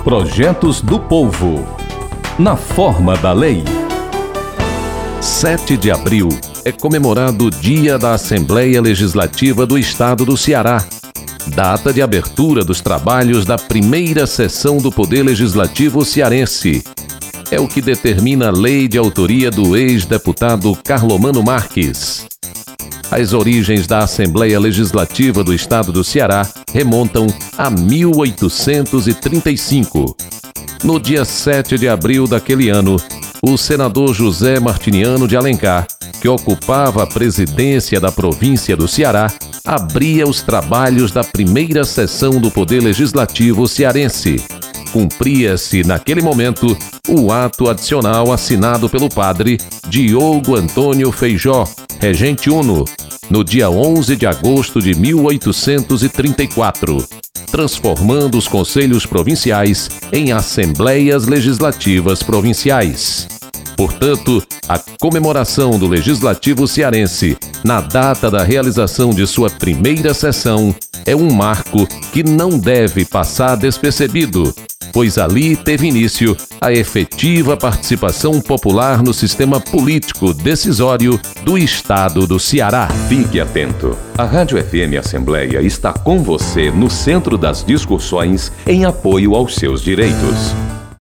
Projetos do Povo. Na forma da lei. 7 de abril é comemorado o Dia da Assembleia Legislativa do Estado do Ceará, data de abertura dos trabalhos da primeira sessão do Poder Legislativo cearense. É o que determina a lei de autoria do ex-deputado Carlomano Marques. As origens da Assembleia Legislativa do Estado do Ceará remontam a 1835. No dia 7 de abril daquele ano, o senador José Martiniano de Alencar, que ocupava a presidência da província do Ceará, abria os trabalhos da primeira sessão do Poder Legislativo cearense. Cumpria-se, naquele momento, o ato adicional assinado pelo padre Diogo Antônio Feijó, regente uno, no dia 11 de agosto de 1834, transformando os conselhos provinciais em assembleias legislativas provinciais. Portanto, a comemoração do Legislativo cearense na data da realização de sua primeira sessão é um marco que não deve passar despercebido, pois ali teve início a efetiva participação popular no sistema político decisório do Estado do Ceará. Fique atento. A Rádio FM Assembleia está com você no centro das discussões em apoio aos seus direitos.